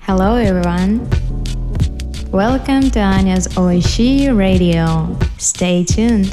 Hello everyone. Welcome to Anya's Oishii Radio. Stay tuned.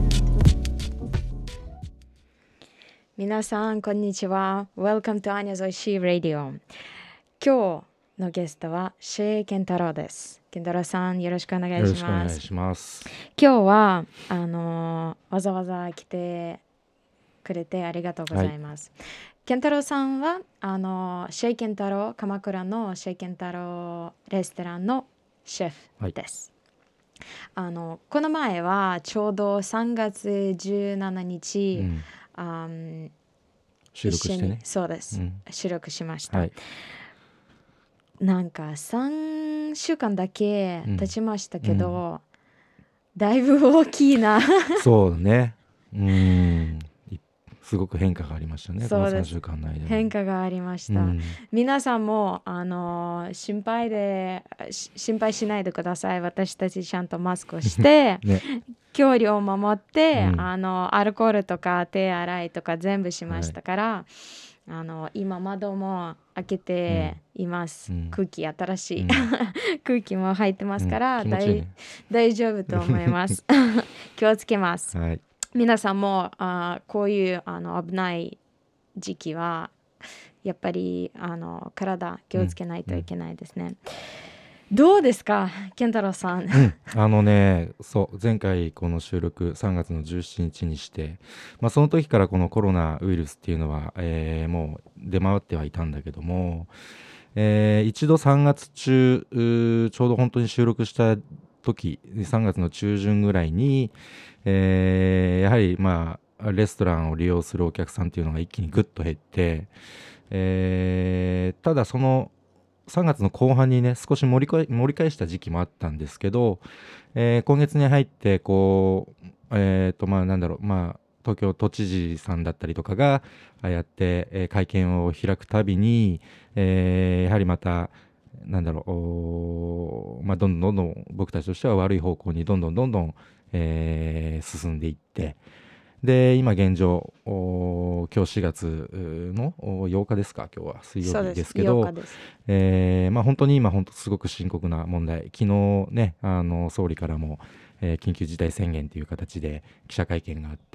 皆さんこんにちは。Welcome to Anya's Oishii Radio. 今日のゲストはシェイケンタロウです。ケンタロウさんよろしくお願いします。 よろしくお願いします。 今日はわざわざ来てくれてありがとうございます。ケンタロウさんはシェイケンタロウ、鎌倉のシェイケンタロウレストランのシェフです。この前はちょうど3月17日、 収録してね。 そうです、収録しました。 はい、 なんか3週間だけ経ちましたけど、だいぶ大きいな。 そうね。すごく変化がありましたね。この3週間の間に変化がありました。皆さんも心配しないでください。私たちちゃんとマスクをして、ね、距離を守って、アルコールとか手洗いとか全部しましたから、今窓も開けています。空気新しい、空気も入ってますから、大丈夫と思います。気をつけます。はい、皆さんもこういう危ない時期はやっぱり体気をつけないといけないですね。どうですか、ケンタロウさん。 そう前回この収録3月の17日にして、その時からこのコロナウイルスっていうのは、もう出回ってはいたんだけども、一度3月中ちょうど本当に収録した時3月の中旬ぐらいに、やはりレストランを利用するお客さんっていうのが一気にぐっと減って、ただその3月の後半にね少し盛り返した時期もあったんですけど、今月に入ってこう東京都知事さんだったりとかがやって、会見を開くたびに、やはりまたどんどん僕たちとしては悪い方向にどんどん、進んでいって、で今現状今日4月の8日ですか、今日は水曜日ですけど、本当に今すごく深刻な問題、昨日ね総理からも、緊急事態宣言という形で記者会見があって、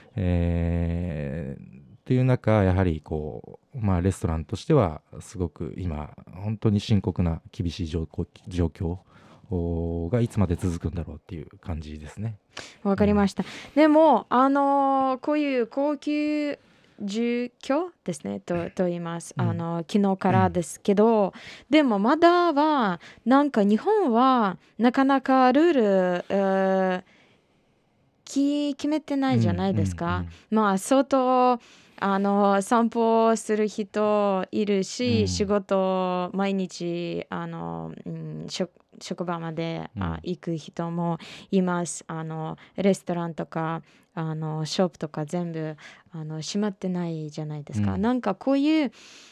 っていう中やはりレストランとしてはすごく今本当に深刻な厳しい状況がいつまで続くんだろうっていう感じですね。 わかりました。でもこういう高級住居ですねと言います。昨日からですけど、でもまだはなんか日本はなかなかルール、決めてないじゃないですか。相当散歩する人いるし、仕事毎日職場まで、行く人もいます。レストランとかショップとか全部閉まってないじゃないですか。なんかこういう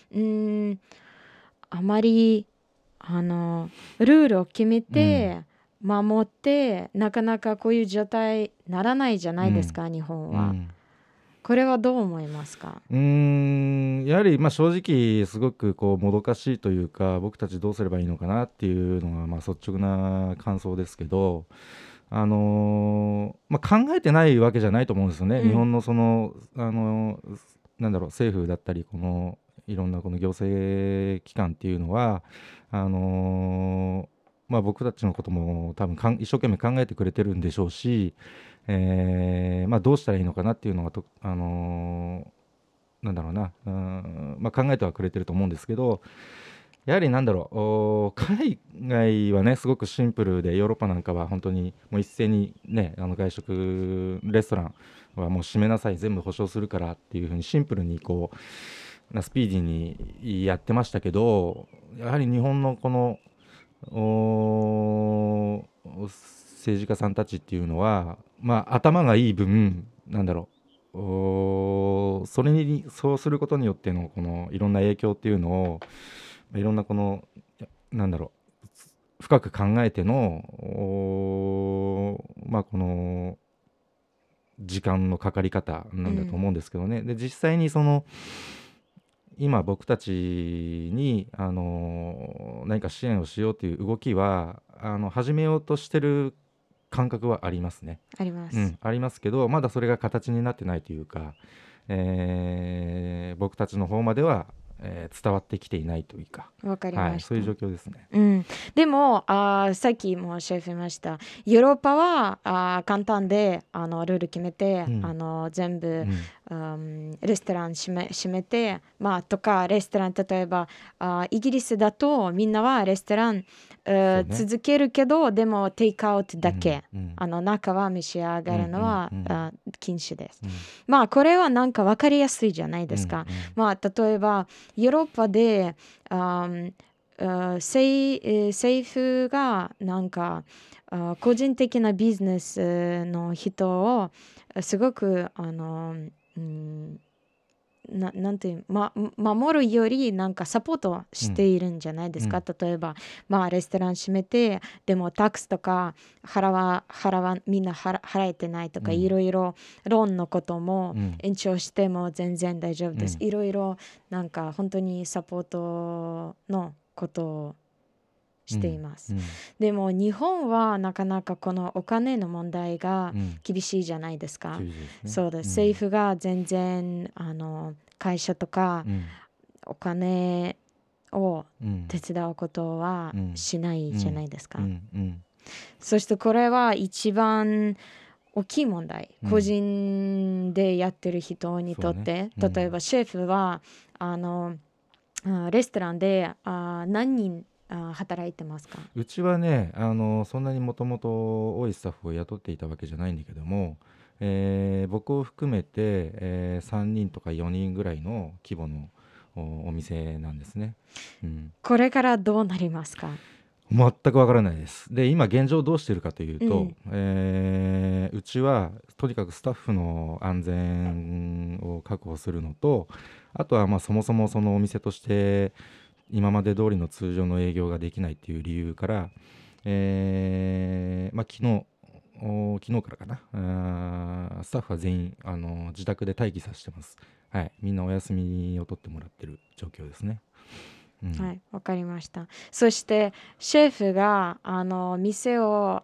あまりルールを決めて、守ってなかなかこういう状態ならないじゃないですか、日本は。これはどう思いますか？ やはり正直すごくもどかしいというか、僕たちどうすればいいのかなっていうのが率直な感想ですけど、考えてないわけじゃないと思うんですよね。日本の政府だったりいろんな行政機関っていうのは僕たちのことも多分一生懸命考えてくれてるんでしょうし、どうしたらいいのかなっていうのは考えてはくれてると思うんですけど、やはり海外はねすごくシンプルで、ヨーロッパなんかは本当にもう一斉にね外食レストランはもう閉めなさい、全部保証するからっていう風にシンプルにスピーディーにやってましたけど、やはり日本のこの政治家さんたちっていうのは、頭がいい分そうすることによってのいろんな影響っていうのをいろんな深く考えてのこの時間のかかり方なんだと思うんですけどね。で実際に今僕たちに、何か支援をしようという動きは始めようとしてる感覚はありますね。 あります。 ありますけど、まだそれが形になってないというか、僕たちの方までは、伝わってきていないというか、 わかりはい、 ました。 そういう状況ですね。 でもさっきもおっしゃいました。ヨーロッパは簡単でルール決めて全部、 うん、 レストラン閉めて、まあ、とかレストラン例えばイギリスだとみんなはレストラン、 そうね。 続けるけどでもテイクアウトうん、 だけ、 うん、 中は召し上うん、うがるのはん、 禁止です。 うん、 まあこれはなんか分かりやすいじゃないうん、 ですか。 うん、 まあ例えばヨーロッパであー政府がなんか個人的なビジネスの人をすごくなんていう、守るよりなんかサポートうん、 しているんじゃないですか。 うん、 例えば、まあ、レストラン閉めてでもタックスとかみんな払えてないとかいうん、 ろいろローンのこともうん、 延長しても全然大丈夫です。 うん、 いろいろなんか本当にサポートのことをしていうん、 ます。 うん、 でも日本はなかなかこのお金の問題がうん、 厳しいじゃないですか。 厳しいですね。 そうです。政うん、 府が全然会社とかうん、 お金をうん、 手伝うことはうん、 しないじゃなうん、 いですか。 うん、うん、 そしてこれは一番大きい問題。個うん、 人でやってる人にそうね。 とって、 うん。 例えばシェフはあのレストランで何人働いてますか？ うちはね、そんなにもともと多いスタッフを雇っていたわけじゃないんだけども、僕を含めて、3人とか4人ぐらいの規模のお店なんですね。うん。 これからどうなりますか？ 全くわからないです。で、今現状どうしてるかというと、 うん。 うちはとにかくスタッフの安全を確保するのと、あとはまあそもそもそのお店として今まで通りの通常の営業ができないっていう理由から、まあ、昨日からかな、スタッフは全員自宅で待機させてます。はい、みんなお休みを取ってもらってる状況ですね。うん、 はい、わかりました。そしてシェフが店を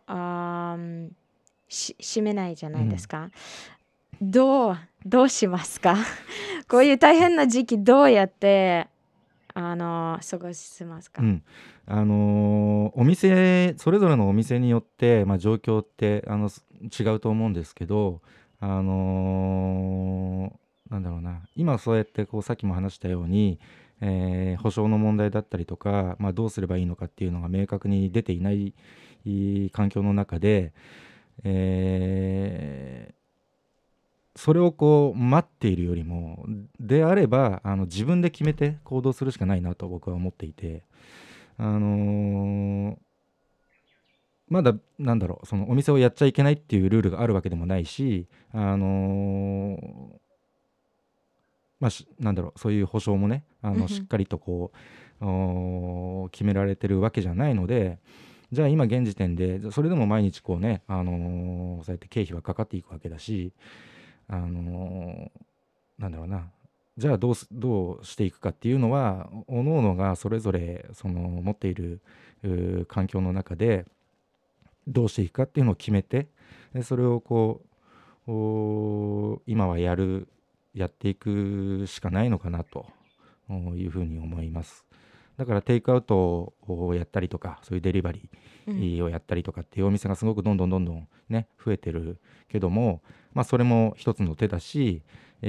閉めないじゃないでうん、 すか。どうしますか？こういう大変な時期どうやって過ごしますか？ うん、お店それぞれのお店によって、まあ、状況って違うと思うんですけど、あのなんだろうな、今そうやってこうさっきも話したように、保証の問題だったりとか、まあ、どうすればいいのかっていうのが明確に出ていない環境の中で、えーそれをこう待っているよりも、であれば自分で決めて行動するしかないなと僕は思っていて。あのーまだなんだろう、そのお店をやっちゃいけないっていうルールがあるわけでもないし、まあ、なんだろう、そういう保証もね、しっうんふんかりとこう決められてるわけじゃないので、じゃあ今現時点でそれでも毎日こうね、そうやって経費はかかっていくわけだし、あのーなんだろうな、じゃあどうしていくかっていうのは各々がそれぞれその持っている環境の中でどうしていくかっていうのを決めて、でそれをこう今はやっていくしかないのかなというふうに思います。だからテイクアウトをやったりとか、そういうデリバリうんーをやったりとかっていうお店がすごくどんどんどんどんね増えてるけども、まあそれも一つの手だし、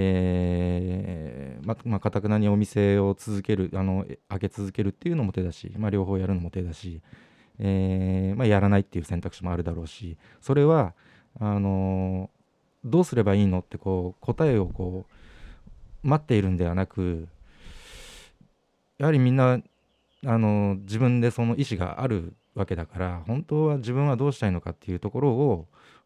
かたくなにお店を開け続けるっていうのも手だし、まあ両方やるのも手だし、まあ、やらないっていう選択肢もあるだろうし、それはあのどうすればいいのってこう答えをこう待っているんではなく、やはりみんな自分でその意思があるわけだから、本当は自分はどうしたいのかっていうところを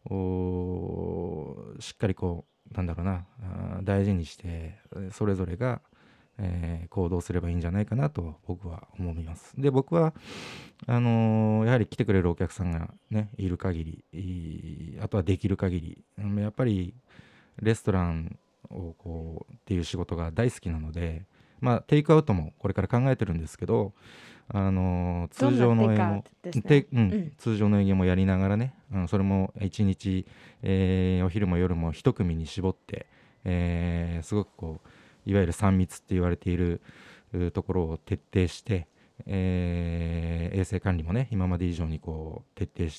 しっかりこうなんだろうな、大事にしてそれぞれが、行動すればいいんじゃないかなと僕は思います。で、僕はやはり来てくれるお客さんがねいる限り、あとはできる限り、やっぱりレストランをこうっていう仕事が大好きなので、 テイクアウトもこれから考えてるんですけど、通常の営業、通常の営業もやりながらね、それも1日、お昼も夜も一組に絞って、すごくこういわゆる3密って言われているところを徹底して、衛生管理もね今まで以上にこう徹底して、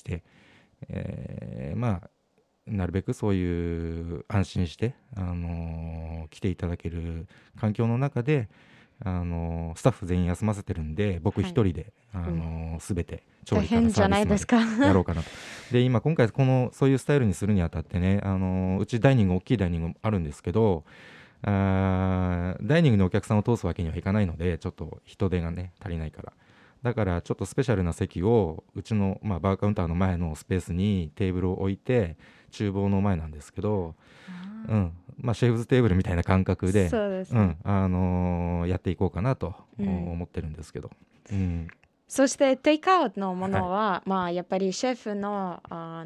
なるべくそういう安心して、来ていただける環境の中で、スタッフ全員休ませてるんで僕一人で、全て調理からサービスまでやろうかなと。で今回そういうスタイルにするにあたってね、うち大きいダイニングあるんですけど、ダイニングにお客さんを通すわけにはいかないので、ちょっと人手がね足りないから、だからちょっとスペシャルな席をうちの、バーカウンターの前のスペースにテーブルを置いて、厨房の前なんですけど、シェフズテーブルみたいな感覚で、やっていこうかなと思ってるんですけど、 そしてテイクアウトのものは、やっぱりシェフの、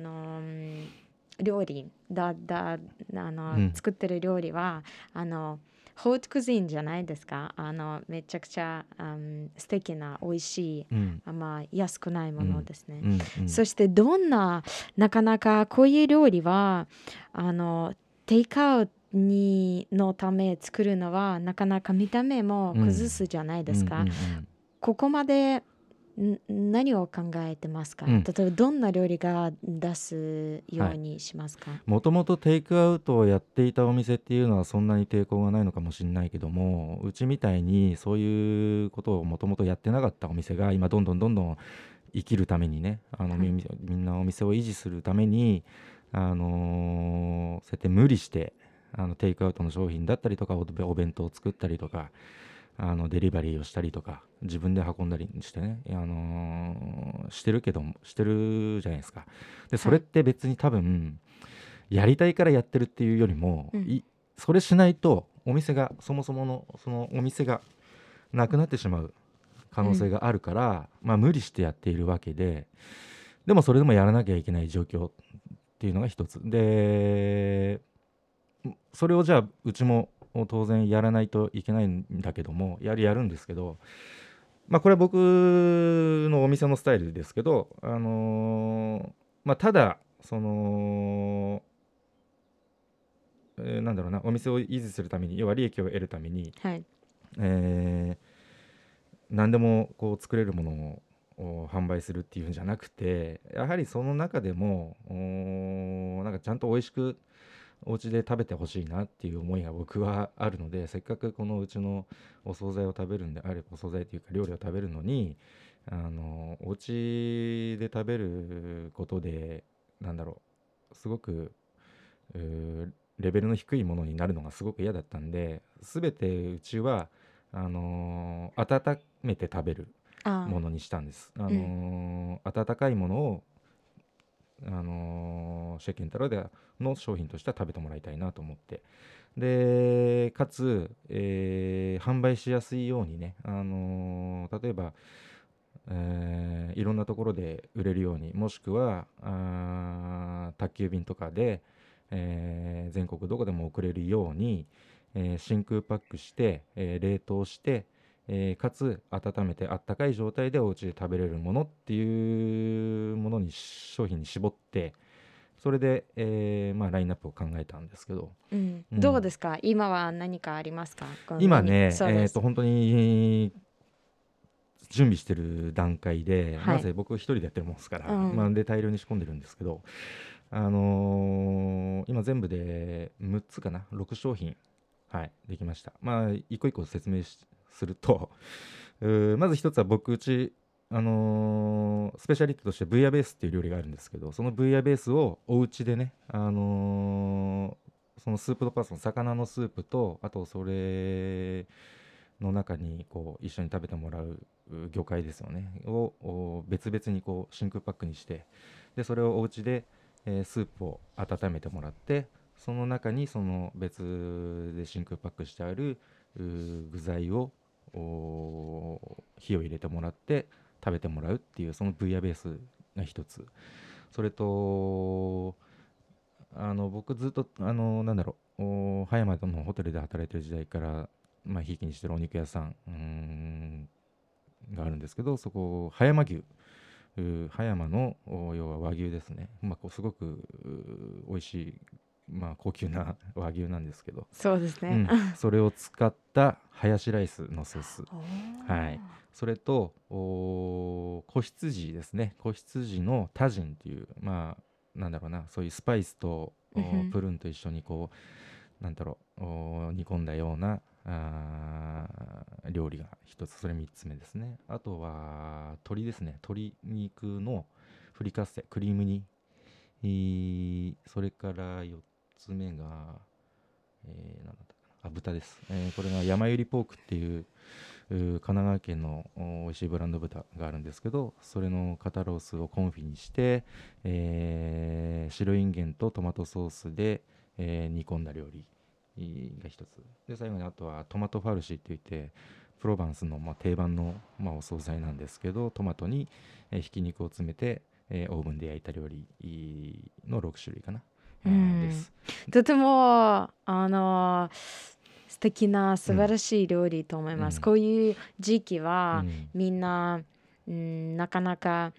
料理作ってる料理はホートクズインじゃないですか。めちゃくちゃ、素敵な美味しい、安くないものですね。そしてなかなかこういう料理はテイクアウトのため作るのはなかなか見た目も崩すじゃないですか。ここまで何を考えてますか？例えばどんな料理が出すようにしますか？ もともとテイクアウトをやっていたお店っていうのはそんなに抵抗がないのかもしれないけども、うちみたいにそういうことをもともとやってなかったお店が今どんどん生きるためにね、みんなお店を維持するために、そうやって無理してテイクアウトの商品だったりとかお弁当を作ったりとか、デリバリーをしたりとか自分で運んだりしてね、してるじゃないですか。でそれって別に多分やりたいからやってるっていうよりも、それしないとそもそものそのお店がなくなってしまう可能性があるから、無理してやっているわけで、でもそれでもやらなきゃいけない状況っていうのが一つで、それをじゃあうちも当然やらないといけないんだけども、やるんですけど、これは僕のお店のスタイルですけど、ただなんだろうな、お店を維持するために、要は利益を得るために、何でもこう作れるものを販売するっていうんじゃなくて、やはりその中でもなんかちゃんと美味しくお家で食べてほしいなっていう思いが僕はあるので、せっかくこのうちのお惣菜を食べるんであれば、お惣菜というか料理を食べるのにお家で食べることで、なんだろう、すごくレベルの低いものになるのがすごく嫌だったんで、全てうちは温めて食べるものにしたんです。温かいものをシェケン太郎の商品としては食べてもらいたいなと思って、でかつ、販売しやすいようにね、例えば、いろんなところで売れるように、もしくは宅急便とかで、全国どこでも送れるように、真空パックして、冷凍して、かつ温めてあったかい状態でお家で食べれるものっていうものに商品に絞って、それで、ラインナップを考えたんですけど、 どうですか？今は何かありますか？ 今ね、本当に準備してる段階で、なぜ僕一人でやってるもんですから、で大量に仕込んでるんですけど、今全部で6つかな、6商品、できました。一個一個説明するとまず一つは僕うちスペシャリティとしてブイヤベースっていう料理があるんですけど、そのブイヤベースをお家でね、そのスープのパスの魚のスープと、あとそれの中にこう一緒に食べてもらう魚介ですよねを別々にこう真空パックにして、でそれをお家で、スープを温めてもらって、その中にその別で真空パックしてある具材を火を入れてもらって食べてもらうっていう、そのブイヤベースが一つ。それと僕ずっとなんだろう、葉山のホテルで働いてる時代からひいきにしてるお肉屋さんがあるんですけど、そこ葉山牛、葉山の要は和牛ですね、こうすごく美味しい、高級な和牛なんですけど、 そうですね。 それを使ったハヤシライスのソース、 おはい、それと子羊ですね、子羊のタジンっていう、なんだろうな、そういうスパイスとプルーンと一緒にこうなんだろう煮込んだような料理が一つ、それ3つ目ですね。あとは鶏ですね、鶏肉のフリカッセクリーム煮、それから4つ目が、なんだったかな、豚です、これが山百合ポークっていう神奈川県の美味しいブランド豚があるんですけど、それの肩ロースをコンフィにして、白インゲンとトマトソースで、煮込んだ料理が一つで、最後にあとはトマトファルシーっていってプロヴァンスの定番のお惣菜なんですけど、トマトにひき肉を詰めてオーブンで焼いた料理の6種類かな、です。 とても素敵な素晴らしい料理と思います。こういう時期は、みんな、なかなか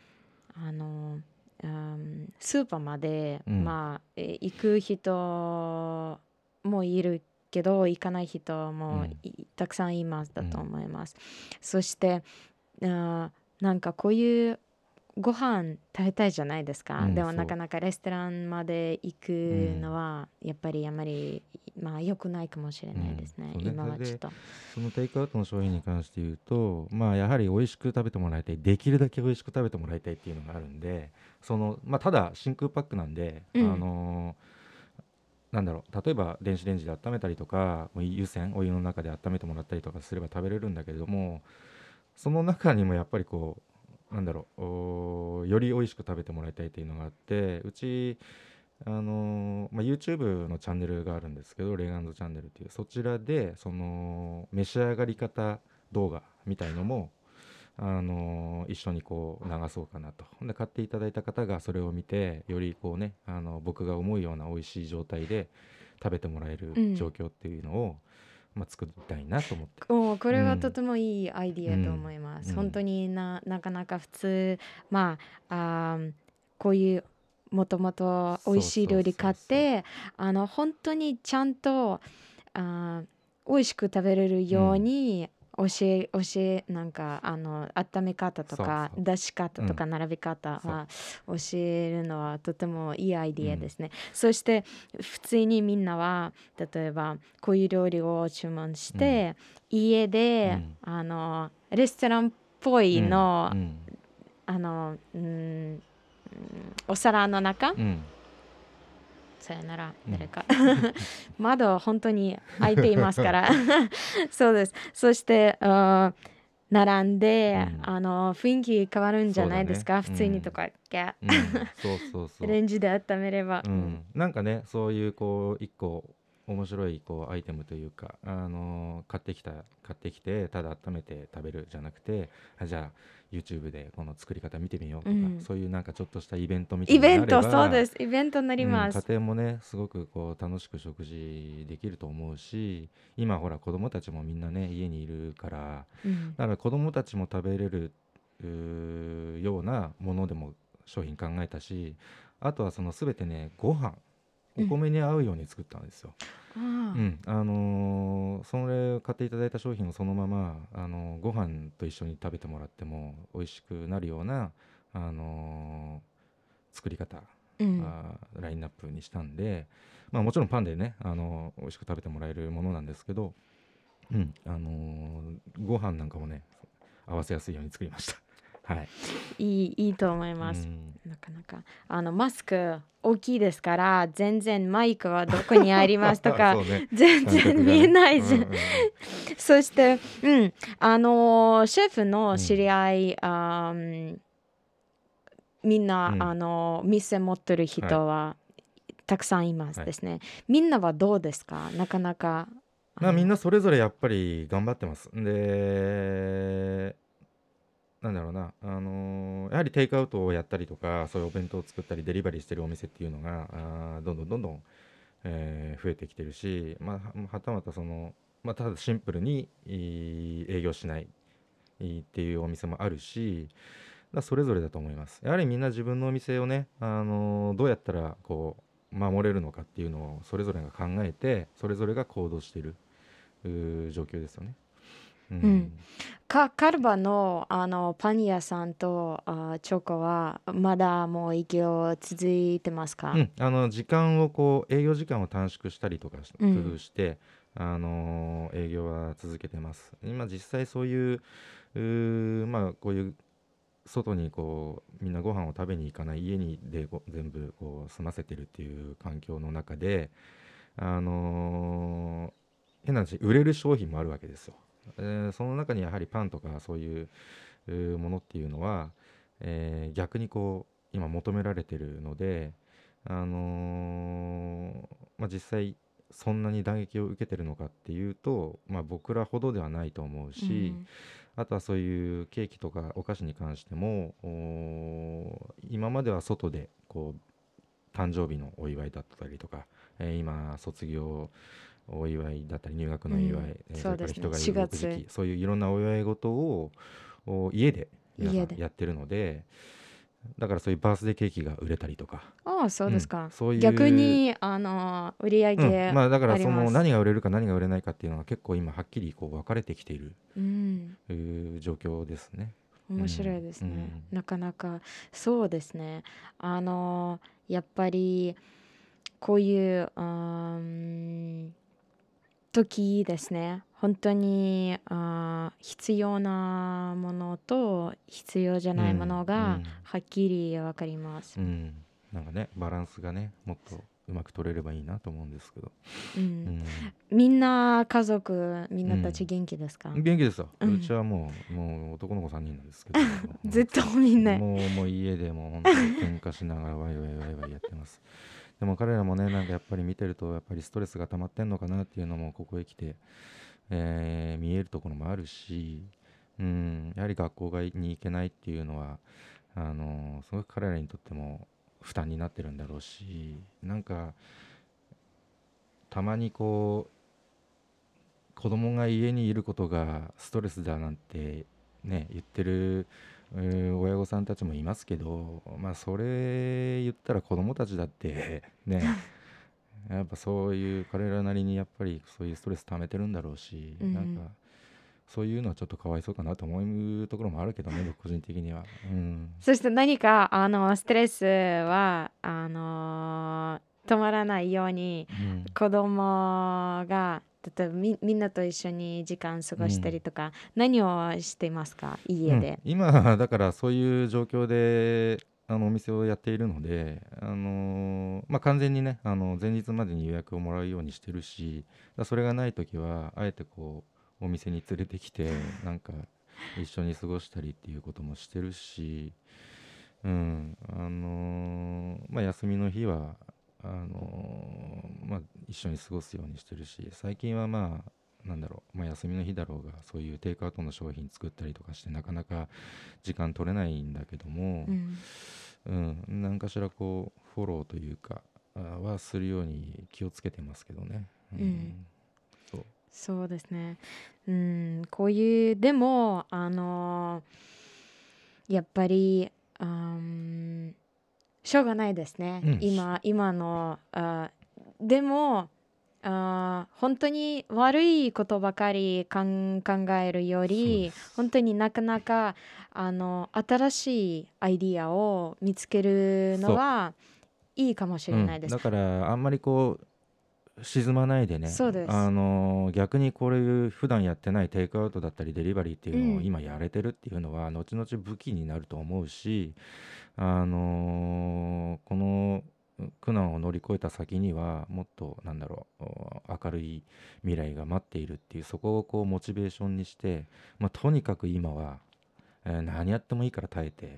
スーパーまで、行く人もいるけど行かない人もたくさんいますだと思います。そしてなんかこういうご飯食べたいじゃないですか、でもなかなかレストランまで行くのはやっぱりあまり良くないかもしれないですね、今はちょっと。 そのテイクアウトの商品に関して言うと、やはり美味しく食べてもらいたい、できるだけ美味しく食べてもらいたいっていうのがあるんで、ただ真空パックなんで、なんだろう、例えば電子レンジで温めたりとか湯煎お湯の中で温めてもらったりとかすれば食べれるんだけれども、その中にもやっぱりこうなんだろう、より美味しく食べてもらいたいっていうのがあって、うちYouTube のチャンネルがあるんですけど、レイガンズチャンネルっていう、そちらでその召し上がり方動画みたいのも一緒にこう流そうかなと。で買っていただいた方がそれを見て、よりこうね僕が思うような美味しい状態で食べてもらえる状況っていうのを、作りたいなと思って。 これはとてもいいアイディアと思います。本当になかなか普通こういうもともと美味しい料理買って本当にちゃんと美味しく食べれるように教えなんか温め方とか出し方とか並べ方は教えるのはとてもいいアイディアですね。そして普通にみんなは例えばこういう料理を注文して、家でレストランっぽいの、お皿の中、さよなら誰か、窓本当に開いていますからそうです。そして並んで、雰囲気変わるんじゃないですか、普通にとかレンジで温めれば、 なんかね、そういうこう一個面白いこうアイテムというか、買ってきてただ温めて食べるじゃなくて、じゃあ YouTube でこの作り方見てみようとか、そういうなんかちょっとしたイベントみたいなのがあれば、 そうです、イベントになります。 家庭もねすごくこう楽しく食事できると思うし、今ほら子供たちもみんなね家にいるから、だから子供たちも食べれるようなものでも商品考えたし、あとはその全てねお米に合うように作ったんですよ。それ買っていただいた商品をそのままご飯と一緒に食べてもらっても美味しくなるような作り方、ラインナップにしたんで、もちろんパンでね美味しく食べてもらえるものなんですけど、ご飯なんかもね合わせやすいように作りました。はい、 いいと思います。なかなかマスク大きいですから、全然マイクはどこにありますとか、全然見えないじゃん。そして、シェフの知り合い、みんな、店持ってる人はたくさんいますですね。みんなはどうですか？なかなかみんなそれぞれやっぱり頑張ってます。でなんだろうな、やはりテイクアウトをやったりとか、そういうお弁当を作ったりデリバリーしてるお店っていうのがどんどん、増えてきてるし、はたまたそのただシンプルに営業しないっていうお店もあるし、それぞれだと思います。やはりみんな自分のお店をね、どうやったらこう守れるのかっていうのをそれぞれが考えて、それぞれが行動している状況ですよね。ううん。 ん。 カルバの、パン屋さんとチョコはまだもう営業続いてますか？ 時間を営業時間を短縮したりとか工うん。 夫して、営業は続けてます。今実際そういう、こういう外にみんなご飯を食べに行かない家にで全部済ませてるっていう環境の中で、あのー変な話、売れる商品もあるわけですよ。その中にやはりパンとかそういうものっていうのは、逆に今求められてるので、実際そんなに打撃を受けてるのかっていうと、僕らほどではないと思うし、 うん。 あとはそういうケーキとかお菓子に関しても、今までは外で誕生日のお祝いだったりとか、今卒業お祝いだったり入学の祝い、 うん。 それそうですね。 から人が 4月、 動く時期、そういういろんなお祝い事を家で皆さ家で。 んやってるので、だからそういうバースデーケーキが売れたりとか、 ああ、そうですか。 そう逆いう、 に、売り上げだからそあります。 の何が売れるか何が売れないかっていうのは結構今はっきり分かれてきているうん。 状況ですね。う面白いん、 ですね。 うん、 なかなか、そうですね。やっぱり、こういう、時ですね。本当に必要なものと必要じゃないもうん、 のがうん、 はっきりわかります。 うん、なんかね、バランスがね、もっとうまく取れればいいなと思うんですけど。 うん。 うん、 みんな家族、みんなたちうん、 元気ですか？ 元気ですよ。うちうん。 はもう男の子3人なんですけど、 ずっとみんな。 もう家でもう本当喧嘩しながらワイワイワイワイやってます。でも彼らもね、なんかやっぱり見てるとやっぱりストレスが溜まってんのかなっていうのもここへ来て、見えるところもあるし、やはり学校に行けないっていうのはすごく彼らにとっても負担になってるんだろうし、なんかたまに子供が家にいることがストレスだなんてね言ってる親御さんたちもいますけど、それ言ったら子供たちだってね、やっぱそういう彼らなりにやっぱりそういうストレス溜めてるんだろうし、なんかうん。 そういうのはちょっとかわいそうかなと思うところもあるけどね、僕個人的には。 そして何か、ストレスは、止まらないように、 うん、 子供が、例えばみんなと一緒に時間過ごしたうん、 りとか、何をしていますか、 うん、 家で。 今だからそういう状況でお店をやっているので、完全にね前日までに予約をもらうようにしてるし、それがない時はあえてお店に連れてきてなんか一緒に過ごしたりっていうこともしてるし、休みの日は一緒に過ごすようにしてるし、最近はなんだろう、休みの日だろうがそういうテイクアウトの商品作ったりとかしてなかなか時間取れないんだけども、 うん。 何かしらフォローというかはするように気をつけてますけどね。 うん。 そう。 そうですね。うん、こういう、でも、やっぱり、しょうがないですね。 うん、 今の、でも、本当に悪いことばかり考えるよそうでり、本す。 当になかなか、新しいアイディアを見つけるのそはいいかもしう。 れないです。 だからあんまり沈まないでね、 そうです。 逆にこういう普段やってないテイクアウトだったりデリバリーっていうのをうん。 今やれてるっていうのは後々武器になると思うし、この苦難を乗り越えた先にはもっとなんだろう明るい未来が待っているっていう、そこをモチベーションにして、とにかく今は、何やってもいいから耐えて、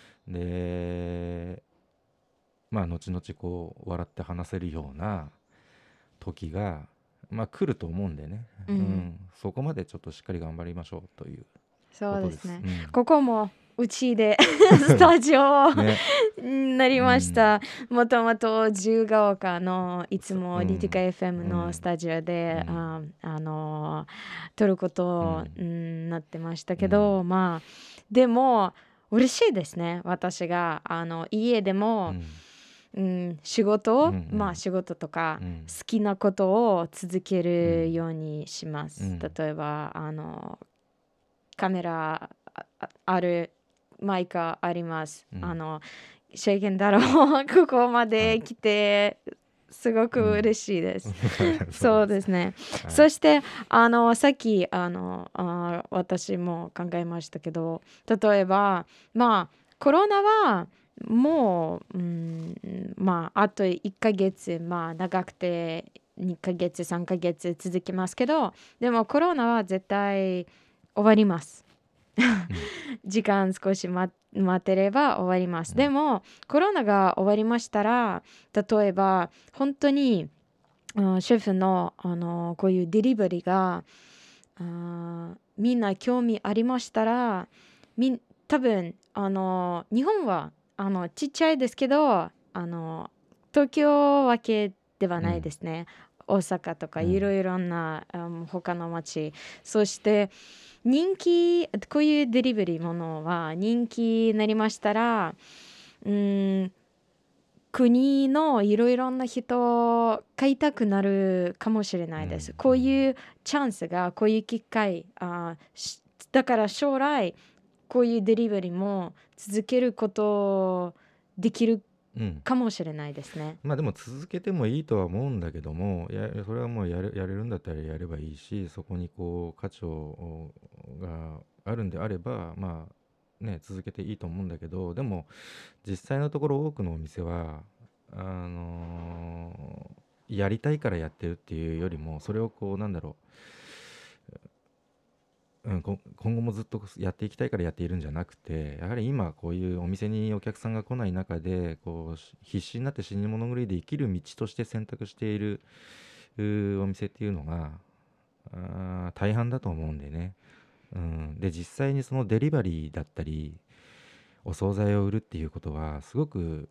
で後々笑って話せるような時が来ると思うんでね、 うん。 そこまでちょっとしっかり頑張りましょうというそことです。 うですね。ここもうちでスタジオね。 なりました。もともと自由が丘のいつもリティカ FM のスタジオで、撮ることになってましたけど、まあでも嬉しいですね。私が家でも、仕事、まあ仕事とか好きなことを続けるようにします。例えばカメラあるマイクあります。シェイケンだろうここまで来てすごく嬉しいです。そうですね。そしてさっき私も考えましたけど、例えばまあコロナはもう、まああと1ヶ月、まあ長くて2ヶ月3ヶ月続きますけど、でもコロナは絶対終わります。時間少し待ってれば終わります。でもコロナが終わりましたら、例えば本当にシェフの、こういうデリバリーがみんな興味ありましたら、多分日本はちっちゃいですけど東京わけではないですね。大阪とかいろいろな、他の町、そして人気、こういうデリバリーものは人気になりましたら、国のいろいろな人買いたくなるかもしれないです。こういうチャンスが、こういう機会、だから将来こういうデリバリーも続けることできるかもしれないですね。 まあでも続けてもいいとは思うんだけども、それはもうやれるんだったらやればいいし、そこにこう価値があるんであれば、まあね、続けていいと思うんだけど、でも実際のところ多くのお店はやりたいからやってるっていうよりも、それをこうなんだろう、今後もずっとやっていきたいからやっているんじゃなくて、やはり今こういうお店にお客さんが来ない中でこう必死になって死に物狂いで生きる道として選択しているお店っていうのが大半だと思うんでね、で実際にそのデリバリーだったりお惣菜を売るっていうことはすごく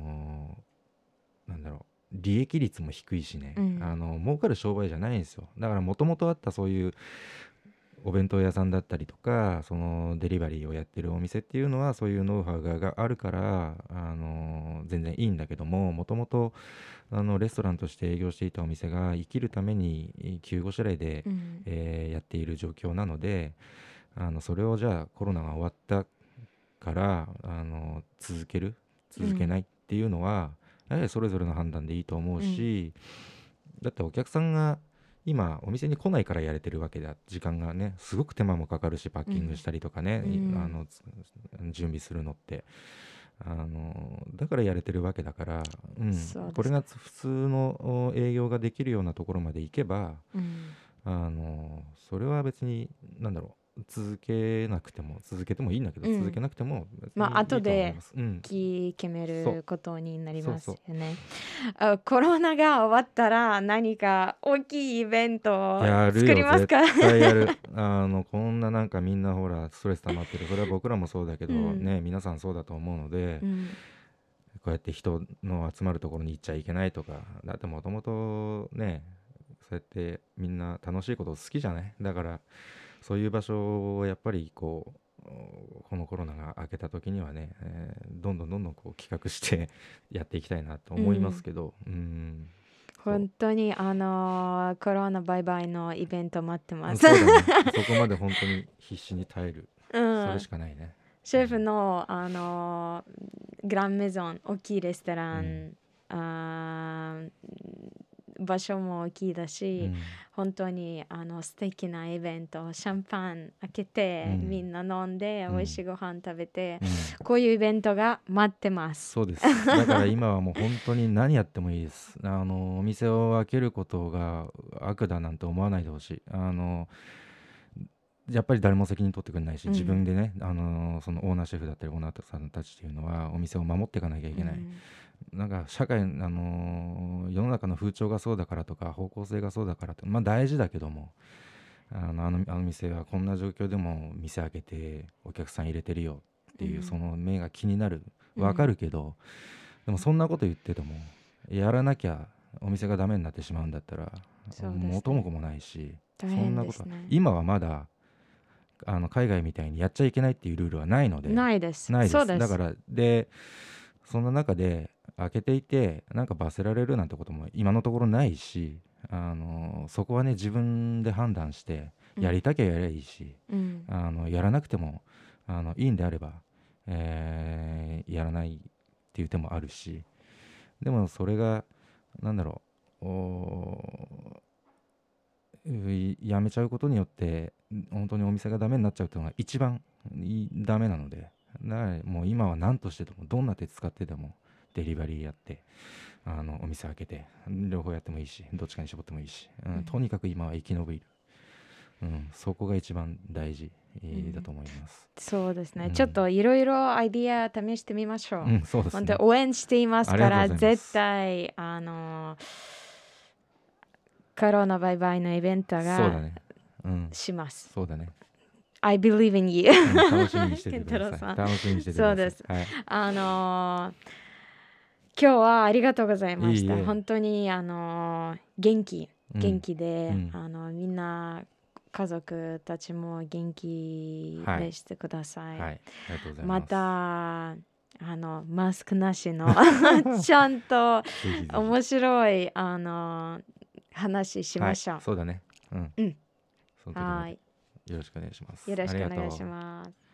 なんだろう、利益率も低いしね、儲かる商売じゃないんですよ。だからもともとあったそういうお弁当屋さんだったりとか、そのデリバリーをやってるお店っていうのはそういうノウハウがあるから、全然いいんだけども、もともとレストランとして営業していたお店が生きるために急ごしらえで、やっている状況なので、それをじゃあコロナが終わったから続けないっていうのは、やはりそれぞれの判断でいいと思うし、だってお客さんが今お店に来ないからやれてるわけだ。時間がねすごく手間もかかるし、パッキングしたりとかね、準備するのってだからやれてるわけだから、これが普通の営業ができるようなところまで行けば、それは別になんだろう、続けてもいいんだけど、続けなくても別にいいと思います。 まあ後で決めることになりますよね。コロナが終わったら何か大きいイベントを作りますか？ 絶対やる。こんななんかみんなほらストレス溜まってる、それは僕らもそうだけど、ね、皆さんそうだと思うので、こうやって人の集まるところに行っちゃいけないとか、だってもともとね、そうやってみんな楽しいこと好きじゃない。だからそういう場所をやっぱりこのコロナが明けた時にはね、どんどんこう企画してやっていきたいなと思いますけど、 本当にコロナバイバイのイベント待ってます。 そうだね、そこまで本当に必死に耐える、それしかないね。 シェフのグランメゾン、大きいレストラン、場所も大きいだし、本当に素敵なイベント、シャンパン開けて、みんな飲んで、美味しいご飯食べて、こういうイベントが待ってます。 そうです。だから今はもう本当に何やってもいいです。お店を開けることが悪だなんて思わないでほしい。やっぱり誰も責任取ってくれないし、自分でね、そのオーナーシェフだったりオーナーさんたちっていうのはお店を守っていかなきゃいけない。なんか社会、世の中の風潮がそうだからとか方向性がそうだからって、まあ大事だけども、あの店はこんな状況でも店開けてお客さん入れてるよ。 っていう、その目が気になる、わかるけど、でもそんなこと言っててもやらなきゃお店がダメになってしまうんだったら、元も子もないし、そんなことは今はまだ海外みたいにやっちゃいけないっていうルールはないので、 ないです。 だからそんな中で開けていてなんか罰せられるなんてことも今のところないし、そこはね自分で判断してやりたきゃやればいいし、やらなくてもいいんであれば、やらないっていう手もあるし、でもそれがなんだろう、やめちゃうことによって本当にお店がダメになっちゃうっていうのが一番ダメなので、だからもう今は何としてでもどんな手使ってでもデリバリーやってお店開けて両方やってもいいし、どっちかに絞ってもいいし、とにかく今は生き延びる、そこが一番大事だと思います。 そうですね、ちょっといろいろアイディア試してみましょう。 そうですね、 本当に応援していますから絶対コロナバイバイのイベントがします。 そうだね。 I believe in you 楽しみにしててください。楽しみにしててください。 そうです。今日はありがとうございました。本当に元気で、みんな家族たちも元気でしてください。 ありがとうございます。 またマスクなしのちゃんと面白い話しましょう。 そうだね。 はい。 よろしくお願いします。 よろしくお願いします。